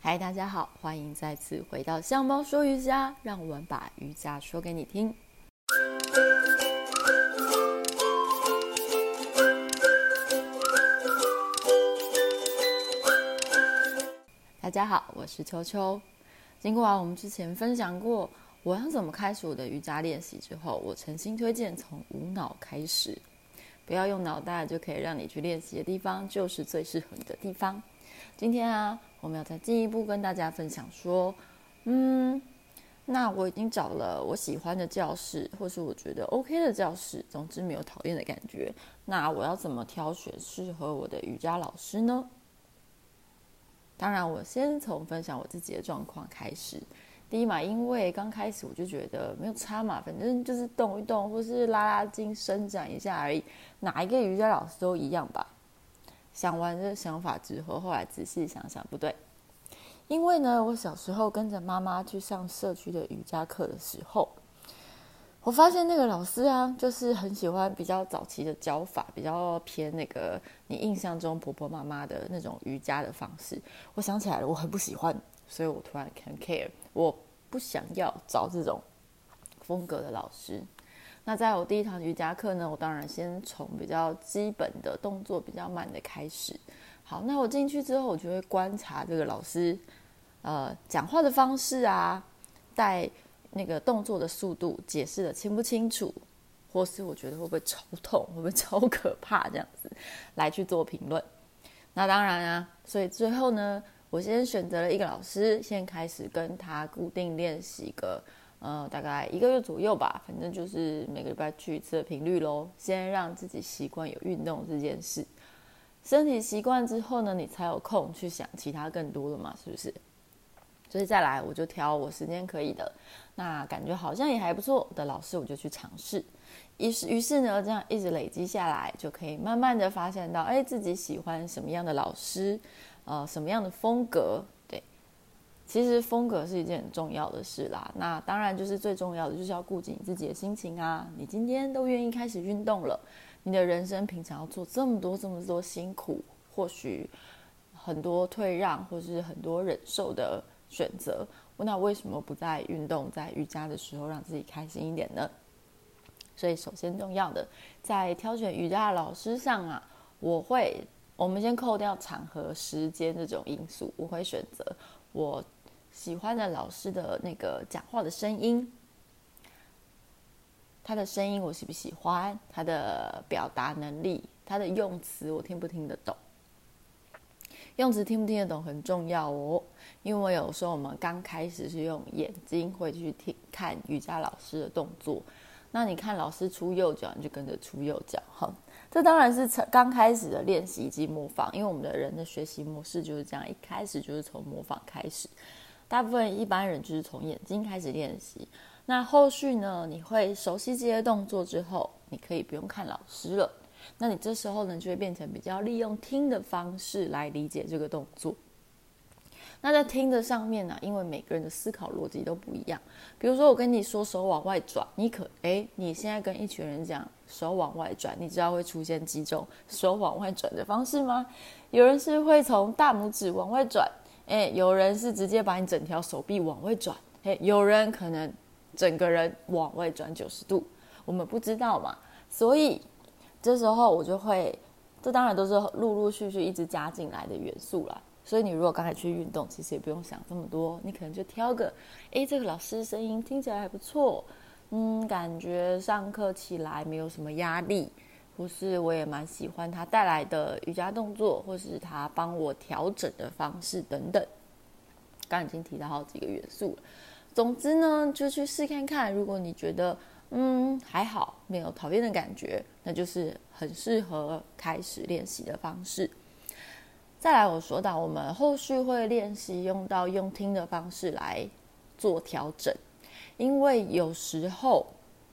嗨，大家好，欢迎再次回到香猫说瑜伽，让我们把瑜伽说给你听。大家好，我是秋秋。经过我们之前分享过我要怎么开始我的瑜伽练习之后，我诚心推荐从无脑开始，不要用脑袋就可以让你去练习的地方，就是最适合你的地方。今天我们要再进一步跟大家分享说，那我已经找了我喜欢的教室，或是我觉得 OK 的教室，总之没有讨厌的感觉。那我要怎么挑选适合我的瑜伽老师呢？当然，我先从分享我自己的状况开始。第一嘛，因为刚开始我就觉得没有差嘛，反正就是动一动，或是拉拉筋、伸展一下而已，哪一个瑜伽老师都一样吧。想完这个想法之后，后来仔细想想不对，因为呢，我小时候跟着妈妈去上社区的瑜伽课的时候，我发现那个老师就是很喜欢比较早期的教法，比较偏那个你印象中婆婆妈妈的那种瑜伽的方式。我想起来了，我很不喜欢，所以我突然很 care， 我不想要找这种风格的老师。那在我第一堂瑜伽课呢，我当然先从比较基本的动作比较慢的开始。好，那我进去之后，我就会观察这个老师，讲话的方式带那个动作的速度，解释的清不清楚，或是我觉得会不会超痛，会不会超可怕，这样子来去做评论。那当然所以最后呢，我先选择了一个老师，先开始跟他固定练习个。大概1个月左右吧，反正就是每个礼拜去一次的频率咯。先让自己习惯有运动这件事，身体习惯之后呢，你才有空去想其他更多的嘛，是不是？所以再来，我就挑我时间可以的，那感觉好像也还不错的老师，我就去尝试。于是呢，这样一直累积下来，就可以慢慢的发现到，自己喜欢什么样的老师，什么样的风格。其实风格是一件很重要的事啦，那当然就是最重要的就是要顾及你自己的心情你今天都愿意开始运动了，你的人生平常要做这么多辛苦，或许很多退让，或是很多忍受的选择，那为什么不在运动在瑜伽的时候让自己开心一点呢？所以首先重要的在挑选瑜伽的老师上我们先扣掉场合时间这种因素，我会选择我喜欢的老师的那个讲话的声音，他的声音我喜不喜欢，他的表达能力，他的用词我听不听得懂。用词听不听得懂很重要因为有时候我们刚开始是用眼睛会去看瑜伽老师的动作，那你看老师出右脚，你就跟着出右脚这当然是刚开始的练习及模仿，因为我们的人的学习模式就是这样，一开始就是从模仿开始，大部分一般人就是从眼睛开始练习。那后续呢，你会熟悉这些动作之后，你可以不用看老师了，那你这时候呢就会变成比较利用听的方式来理解这个动作。那在听的上面因为每个人的思考逻辑都不一样，比如说我跟你说手往外转，你现在跟一群人讲手往外转，你知道会出现几种手往外转的方式吗？有人是会从大拇指往外转，有人是直接把你整条手臂往外转，有人可能整个人往外转90度，我们不知道嘛，所以这时候我就会，这当然都是陆陆续续一直加进来的元素啦。所以你如果刚才去运动，其实也不用想这么多，你可能就挑个，这个老师声音听起来还不错，感觉上课起来没有什么压力，或是我也蛮喜欢他带来的瑜伽动作，或是他帮我调整的方式等等。刚刚已经提到好几个元素了，总之呢，就去试看看，如果你觉得还好，没有讨厌的感觉，那就是很适合开始练习的方式。再来我说到我们后续会练习用听的方式来做调整，因为有时候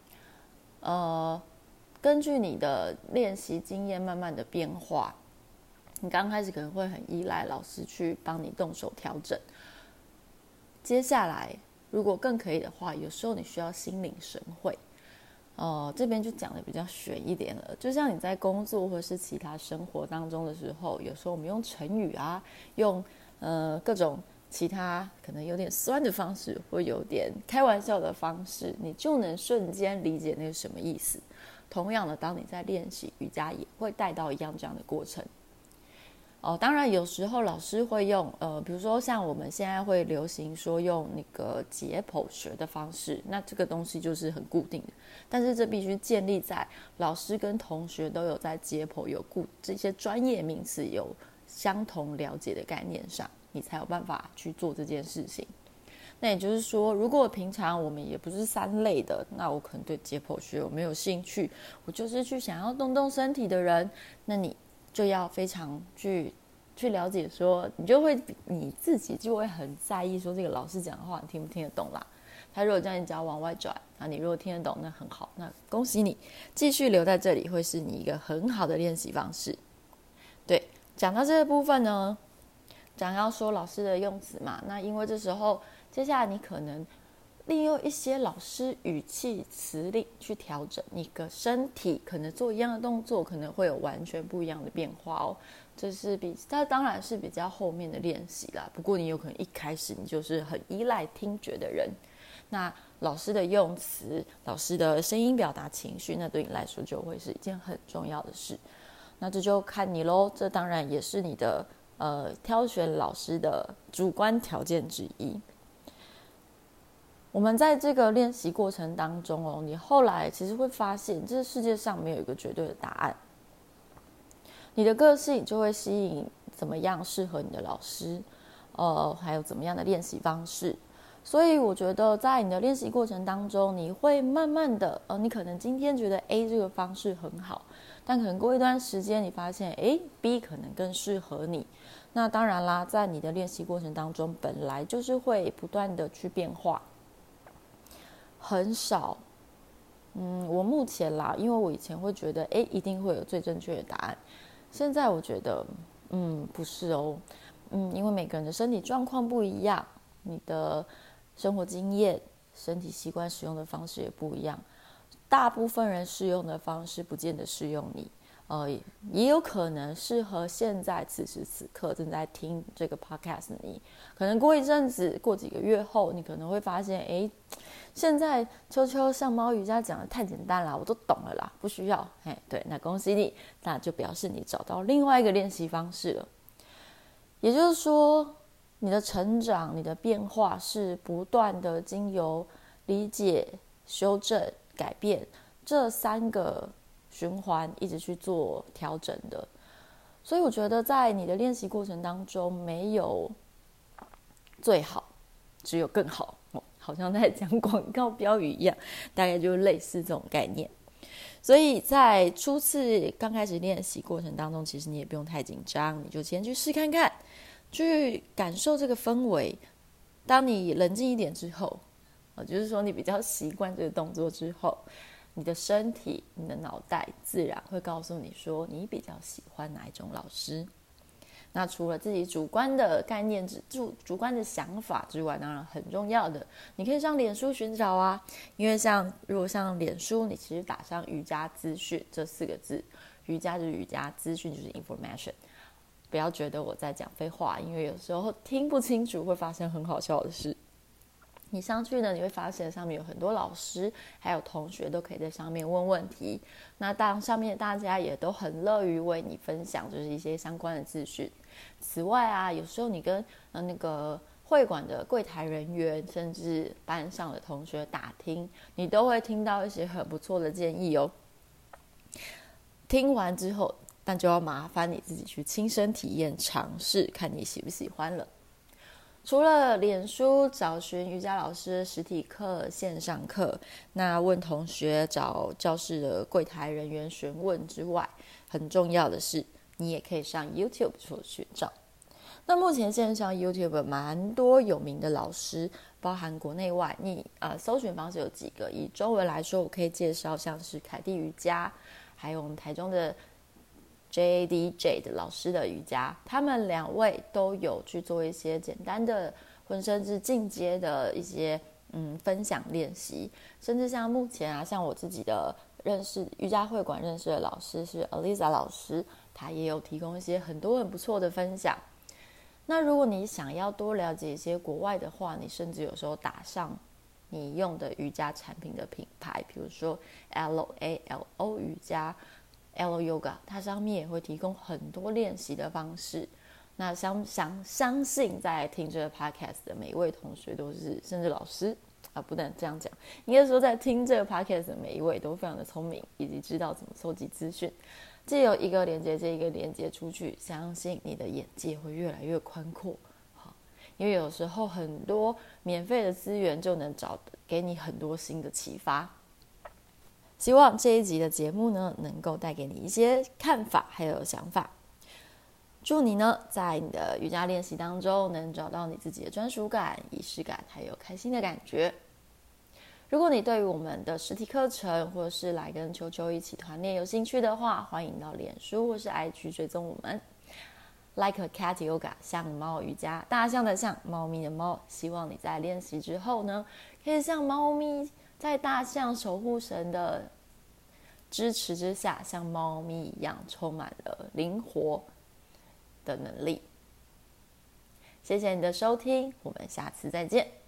根据你的练习经验慢慢的变化，你刚开始可能会很依赖老师去帮你动手调整，接下来如果更可以的话，有时候你需要心领神会，这边就讲的比较玄一点了，就像你在工作或是其他生活当中的时候，有时候我们用成语用各种其他可能有点酸的方式，或有点开玩笑的方式，你就能瞬间理解那是什么意思。同样的，当你在练习瑜伽，也会带到一样这样的过程。当然有时候老师会用比如说像我们现在会流行说用那个解剖学的方式，那这个东西就是很固定的，但是这必须建立在老师跟同学都有在解剖有这些专业名词有相同了解的概念上，你才有办法去做这件事情。那也就是说，如果平常我们也不是三类的，那我可能对解剖学我没有兴趣，我就是去想要动动身体的人，那你就要非常去了解说，你自己就会很在意说这个老师讲的话你听不听得懂啦。他如果叫你只要往外转，那你如果听得懂，那很好，那恭喜你，继续留在这里会是你一个很好的练习方式。对，讲到这个部分呢，讲要说老师的用词嘛，那因为这时候接下来你可能利用一些老师语气词令去调整你的身体，可能做一样的动作可能会有完全不一样的变化哦。它当然是比较后面的练习啦，不过你有可能一开始你就是很依赖听觉的人，那老师的用词，老师的声音表达情绪，那对你来说就会是一件很重要的事。那这就看你咯，这当然也是你的挑选老师的主观条件之一。我们在这个练习过程当中你后来其实会发现，这世界上没有一个绝对的答案。你的个性就会吸引怎么样适合你的老师，还有怎么样的练习方式。所以我觉得在你的练习过程当中，你会慢慢的，你可能今天觉得 A 这个方式很好，但可能过一段时间你发现B 可能更适合你。那当然啦，在你的练习过程当中本来就是会不断的去变化，很少我目前啦，因为我以前会觉得一定会有最正确的答案，现在我觉得不是哦，因为每个人的身体状况不一样，你的生活经验、身体习惯使用的方式也不一样，大部分人适用的方式不见得适用你，也有可能适合现在此时此刻正在听这个 podcast 的你，可能过一阵子，过几个月后，你可能会发现现在秋秋像猫瑜伽讲的太简单了，我都懂了啦，不需要。对，那恭喜你，那就表示你找到另外一个练习方式了。也就是说，你的成长、你的变化是不断的经由理解、修正、改变这3个循环一直去做调整的。所以我觉得在你的练习过程当中，没有最好，只有更好。好像在讲广告标语一样，大概就类似这种概念。所以在初次刚开始练习过程当中，其实你也不用太紧张，你就先去试看看，去感受这个氛围。当你冷静一点之后，就是说你比较习惯这个动作之后，你的身体、你的脑袋自然会告诉你说你比较喜欢哪一种老师。那除了自己主观的概念、主观的想法之外，当然很重要的，你可以上脸书寻找啊。因为如果像脸书，你其实打上瑜伽资讯这4个字，瑜伽就是瑜伽，资讯就是 information。不要觉得我在讲废话，因为有时候听不清楚会发生很好笑的事。你上去呢，你会发现上面有很多老师还有同学都可以在上面问问题，那上面大家也都很乐于为你分享就是一些相关的资讯。此外啊，有时候你跟那个会馆的柜台人员甚至班上的同学打听，你都会听到一些很不错的建议哦。听完之后，但就要麻烦你自己去亲身体验尝试，看你喜不喜欢了。除了脸书找寻瑜伽老师实体课、线上课，那问同学找教室的柜台人员询问之外，很重要的是你也可以上 YouTube 做寻找。那目前线上 YouTube 蛮多有名的老师，包含国内外，你搜寻方式有几个，以中文来说我可以介绍像是凯蒂瑜伽，还有我们台中的JDJ 的老师的瑜伽，他们2位都有去做一些简单的或甚至进阶的一些分享练习，甚至像目前像我自己的瑜伽会馆认识的老师是 Aliza 老师，他也有提供一些很多很不错的分享。 那如果你想要多了解一些国外的话，你甚至有时候打上你用的瑜伽产品的品牌，比如说 LALO 瑜伽、L Yoga， 它上面也会提供很多练习的方式。那相信在听这个 podcast 的每一位同学都是，甚至老师不能这样讲，应该说在听这个 podcast 的每一位都非常的聪明，以及知道怎么收集资讯。藉由一个连接接一个连接出去，相信你的眼界会越来越宽阔。因为有时候很多免费的资源就能给你很多新的启发。希望这一集的节目呢，能够带给你一些看法还有想法。祝你呢，在你的瑜伽练习当中能找到你自己的专属感、仪式感，还有开心的感觉。如果你对于我们的实体课程，或者是来跟秋秋一起团练有兴趣的话，欢迎到脸书或是 IG 追踪我们。Like a cat yoga， 像猫瑜伽，大象的象，猫咪的猫。希望你在练习之后呢，可以像猫咪在大象守护神的支持之下，像猫咪一样充满了灵活的能力。谢谢你的收听，我们下次再见。